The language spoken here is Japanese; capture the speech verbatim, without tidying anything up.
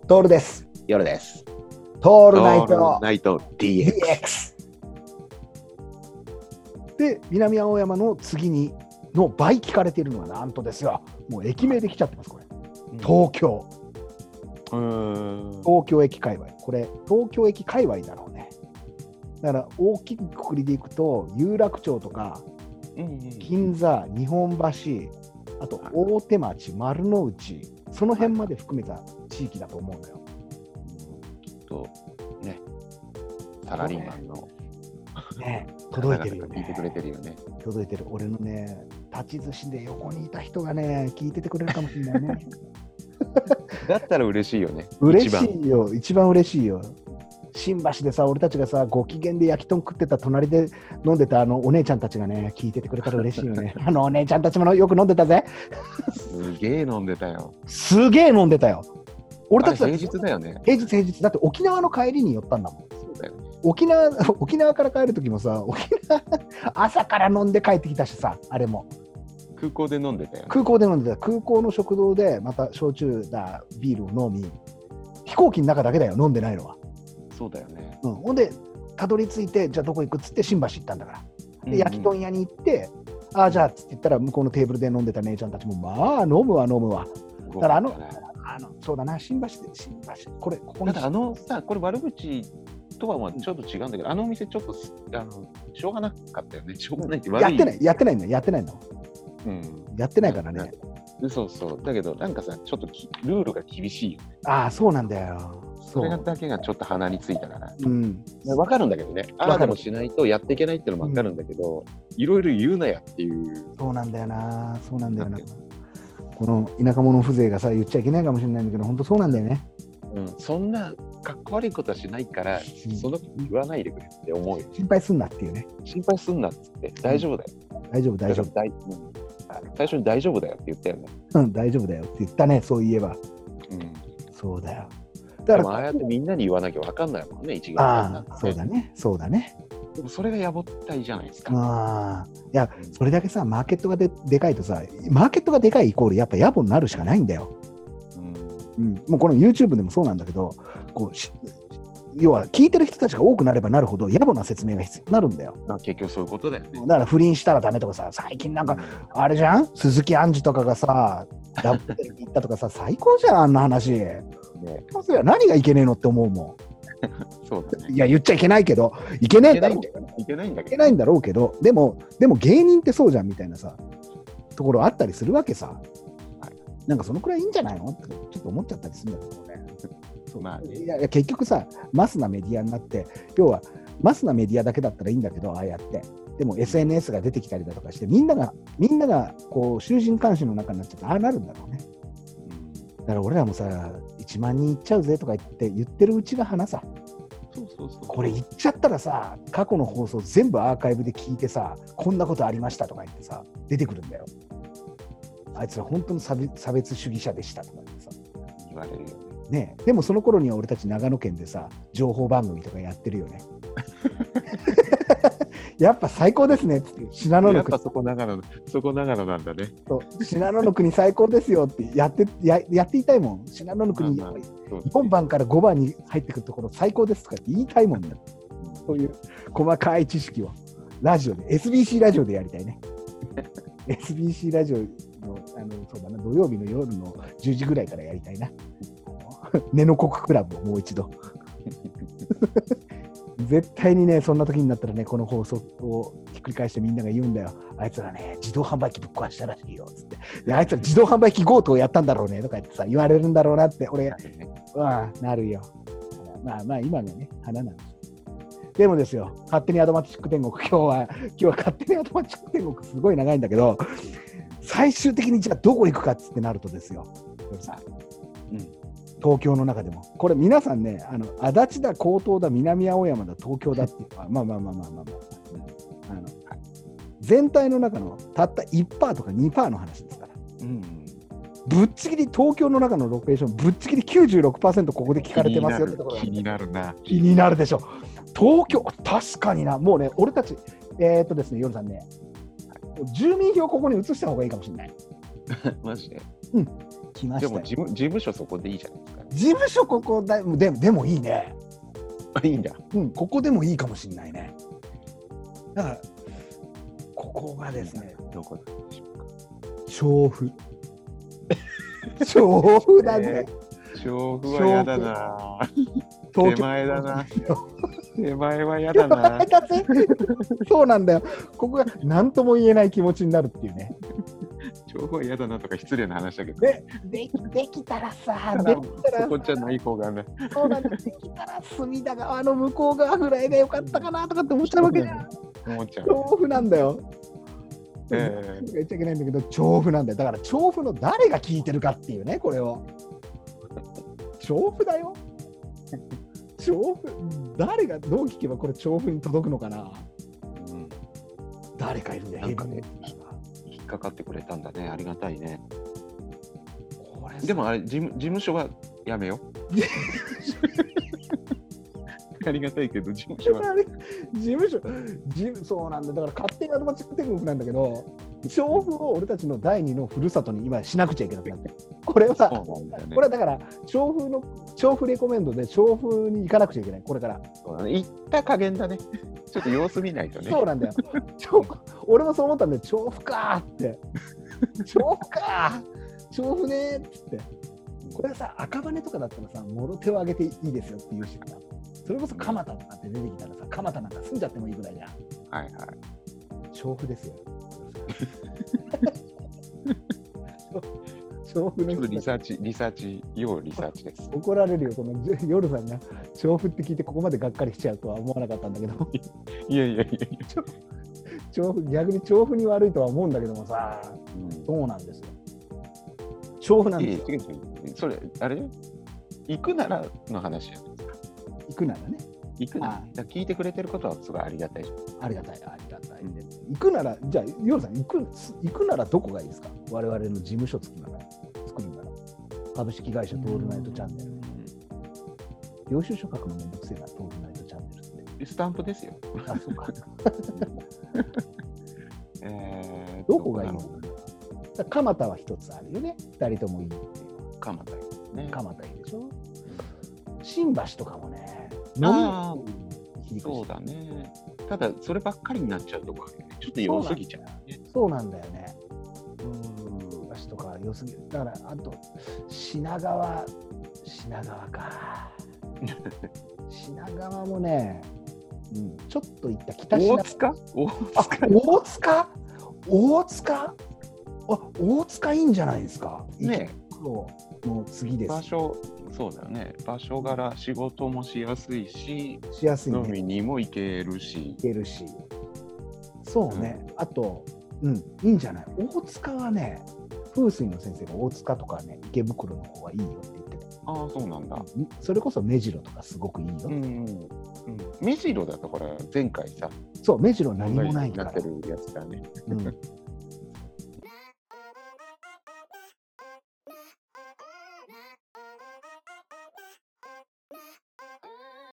トールです。 夜です。 トールナイトナイト ディーエックスで、南青山の次にの倍聞かれているのはなんとですよ、もう駅名で来ちゃってます。これ東京、 うーん東京駅界隈、これ東京駅界隈だろうね。だから大きくくくりでいくと有楽町とか、 うんうん、 銀座、日本橋、あと大手町、丸の内、その辺まで含めた地域だと思うんだよ。 きっとね、サラリーマンの、 ね、届いてるよね。 聞いてくれてるよね。 届いてる。俺のね、立ち寿司で横にいた人がね、聞いててくれるかもしれないね。 だったら嬉しいよね。 嬉しいよ、一番嬉しいよ。新橋でさ、俺たちがさ、ご機嫌で焼き豚食ってた隣で飲んでたあのお姉ちゃんたちがね、聞いててくれたら嬉しいよね。あのお姉ちゃんたちもよく飲んでたぜ。 すげえ飲んでたよ。 すげえ飲んでたよ。俺たち平日だよね。 平日平日。だって沖縄の帰りに寄ったんだもん。 そうだよね。 沖縄、沖縄から帰るときもさ、沖縄朝から飲んで帰ってきたしさ、あれも。 空港で飲んでたよね。 空港で飲んでた。空港の食堂でまた焼酎だ、ビールを飲み、飛行機の中だけだよ、飲んでないのは。 そうだよね。 うん、ほんで、たどり着いて、じゃあどこ行くっつって新橋行ったんだから。で、 うんうん、 焼き豚屋に行って、ああ、じゃあっつって言ったら、向こうのテーブルで飲んでた姉ちゃんたちも、まあ、飲むわ、飲むわ。だからあの、あのそうだな、新橋で、新橋、これ、ここに。 ただあのさ、これ悪口とはまあちょっと違うんだけど、あのお店ちょっとあのしょうがなかったよね。しょうがないって悪い。 やってない、やってないの、やってないの。 うん、 やってないからね。 そうそう。だけど、なんかさ、ちょっとルールが厳しいよね。 ああ、そうなんだよ。 それだけがちょっと鼻についたから。 うん。 わかるんだけどね。ああでもしないとやっていけないっていうのもわかるんだけど、いろいろ言うなやっていう。 そうなんだよな。そうなんだよな。この田舎者風情がさ、言っちゃいけないかもしれないんだけど、本当そうなんだよね。 うん、そんなかっこ悪いことはしないから、うん、その言わないでくれって思うよ。 心配すんなっていうね。 心配すんなっつって、大丈夫だよ。 うん、大丈夫、大丈夫。 大最初に大丈夫だよって言ったよね。 うん、大丈夫だよって言ったね、そういえば。うん、そうだよ。 だから、ああやってみんなに言わなきゃ分かんないもんね、一概に。 ああ、そうだね、そうだね。 でもそれがやぼったいじゃないですか。 ああ、いや、それだけさ、マーケットが で, でかいとさ、マーケットがでかいイコール、やっぱ野暮になるしかないんだよ。うん、うん、もうこの YouTube でもそうなんだけど、こう要は聞いてる人たちが多くなればなるほど野暮な説明が必要になるんだよ。 結局そういうことだよね。 だから不倫したらダメとかさ、最近なんかあれじゃん、鈴木杏樹とかがさダブルに行ったとかさ、最高じゃんあんな話、ね、何がいけねえのって思うもん。 そうだね、 いや言っちゃいけないけど、いけねえんだろうけど、 いけないんだけど、 いけないんだろうけど、でもでも芸人ってそうじゃんみたいなさところあったりするわけさ、はい、なんかそのくらいいいんじゃないのってちょっと思っちゃったりするんだけどね。まあ、いやいや結局さ、マスなメディアになって、要はマスなメディアだけだったらいいんだけど、ああやってでも エスエヌエス が出てきたりだとかして、みんながみんながこう囚人監視の中になっちゃって、ああなるんだろうね。だから俺らもさ、いちまんにんいっちゃうぜとか言って言ってるうちが花さ。そうそうそう、これ言っちゃったらさ、過去の放送全部アーカイブで聞いてさ、こんなことありましたとか言ってさ、出てくるんだよ。あいつら本当の差別主義者でしたとか言ってさ、 言われるよね。 ね、でもその頃には俺たち長野県でさ、情報番組とかやってるよね。やっぱ最高ですねって、信濃の国。 やっぱそこ長野、そこ長野なんだね。 そう信濃の国最高ですよってやって や, やっていたいもん。信濃の国、まあまあね、よんばんからごばんに入ってくるところ最高ですとかって言いたいもんね。うん、そういう細かい知識をラジオで エスビーシー ラジオでやりたいね。エスビーシー ラジオの、あのそうだな、土曜日の夜のじゅうじぐらいからやりたいな。根の国クラブをもう一度。絶対にね、そんな時になったらね、この放送をひっくり返してみんなが言うんだよ。あいつらね、自動販売機ぶっ壊したらしいよつって。で、あいつら自動販売機強盗をやったんだろうねとか言ってさ、言われるんだろうなって、俺、ああ、なるよ。まあまあ、今がね、花なんです。でもですよ、勝手にアドマチック天国、今日は、今日は勝手にアドマチック天国、すごい長いんだけど、最終的にじゃあどこ行くかってなるとですよ、さ、うん、東京の中でも、これ皆さんね、あの足立だ、江東だ、南青山だ、東京だっていうのは、まあまあまあまあまあまあ、あの全体の中のたった いちパーセント とか にパーセント の話ですから、うん、ぶっちぎり東京の中のロケーション、ぶっちぎり きゅうじゅうろくパーセント ここで聞かれてますよってところが、 気になるな。 気になるでしょ。東京、確かにな、もうね、俺たち、えー、っとですね、夜さんね、住民票ここに移した方がいいかもしれない。 マジで。 うん。 来ましたよ。 でも事務事務所そこでいいじゃないですか。 事務所ここだ、でもでもいいね。 あ、いいんだ。 うん、ここでもいいかもしれないね。だからここがですね、 どこなんでしょうか。 調布。調布だね。 調布は嫌だな。 東京手前だな。手前は嫌だな。 だぜそうなんだよ。ここが何とも言えない気持ちになるっていうね。 調布は嫌だなとか失礼な話だけど。 で、でできたらさ、できたらそこじゃない方がね。 そうなんだ。できたら隅田川の向こう側ぐらいが良かったかなとかって思っちゃうわけじゃん。 思っちゃう。 調布なんだよ。 え言っちゃいけないんだけど、調布なんだよ。だから調布の誰が聞いてるかっていうね、これを。調布だよ。調布、誰がどう聞けばこれ調布に届くのかな。 ーうん、 誰かいるんだよ、 なんかねヘビー引っかかってくれたんだね。ありがたいね。 これでもあれ、事務事務所はやめよう。ありがたいけど、事務所は。 事務所、事務そうなんだ。だから勝手にアドマチック天国なんだけど、調布を俺たちの第二のふるさとに今しなくちゃいけなくなって。これは、 そうなんだよね。 これはだから調布の調布レコメンドで調布に行かなくちゃいけない。これから。 そうだね、行った加減だね。ちょっと様子見ないとね。 そうなんだよ。調俺もそう思ったんで、調布かーって。調布かー調布ねーっつって。これさ、赤羽とかだったらさ、もろ手を挙げていいですよって言うしさ、それこそ蒲田とかって出てきたらさ、蒲田なんか住んじゃってもいいぐらいじゃん。 はいはい。 調布ですよ。調布のちょっと人リサーチ、リサーチ、要リサーチです。 怒られるよ、この夜さんが調布って聞いてここまでがっかりしちゃうとは思わなかったんだけど、 いやいやいやいや。 調布、逆に調布に悪いとは思うんだけどもさ、 うんそうなんですよ。調布なんですよ。 いやいや違う違うそれ、あれ行くならの話じゃないですか。 行くならね、 行くなら、 あだから聞いてくれてることはすごいありがたいじゃん。 ありがたい、ありがたい。行くなら、じゃあ、夜さん行く、行くならどこがいいですか？我々の事務所作るなら、作るなら。株式会社トールナイトチャンネル。領収書書くのめんどくせえな、トールナイトチャンネルって。 スタンプですよ。 あ、そうか。 えー、 どこがいいのどこだろかな。蒲田は一つあるよね。二人ともいいっていうのは。 う蒲田ですね。 蒲田いいでしょ。新橋とかもね。 あ飲みにそうだね。ただ、そればっかりになっちゃうとこあるよね。ちょっと良すぎちゃうね。 そうなんだよね。うん。橋とか良すぎる。だから、あと、品川、品川か。品川もね、うん、ちょっと行った北品川。 大塚大あ、 塚大塚大塚あ、大塚いいんじゃないですか。 ねの次です。 場所、そうだよね。場所柄、仕事もしやすいし、 しやすいね。 飲みにも行けるし。 行けるし。そうね。うん、あと、うん、いいんじゃない。大塚はね、風水の先生が大塚とかね、池袋の方がいいよって言ってた。 ああ、そうなんだ。 それこそ目白とかすごくいいよ。 うんうんうん、目白だとこれ前回さ、 そう、目白何もないから。 なってるやつだね。 うん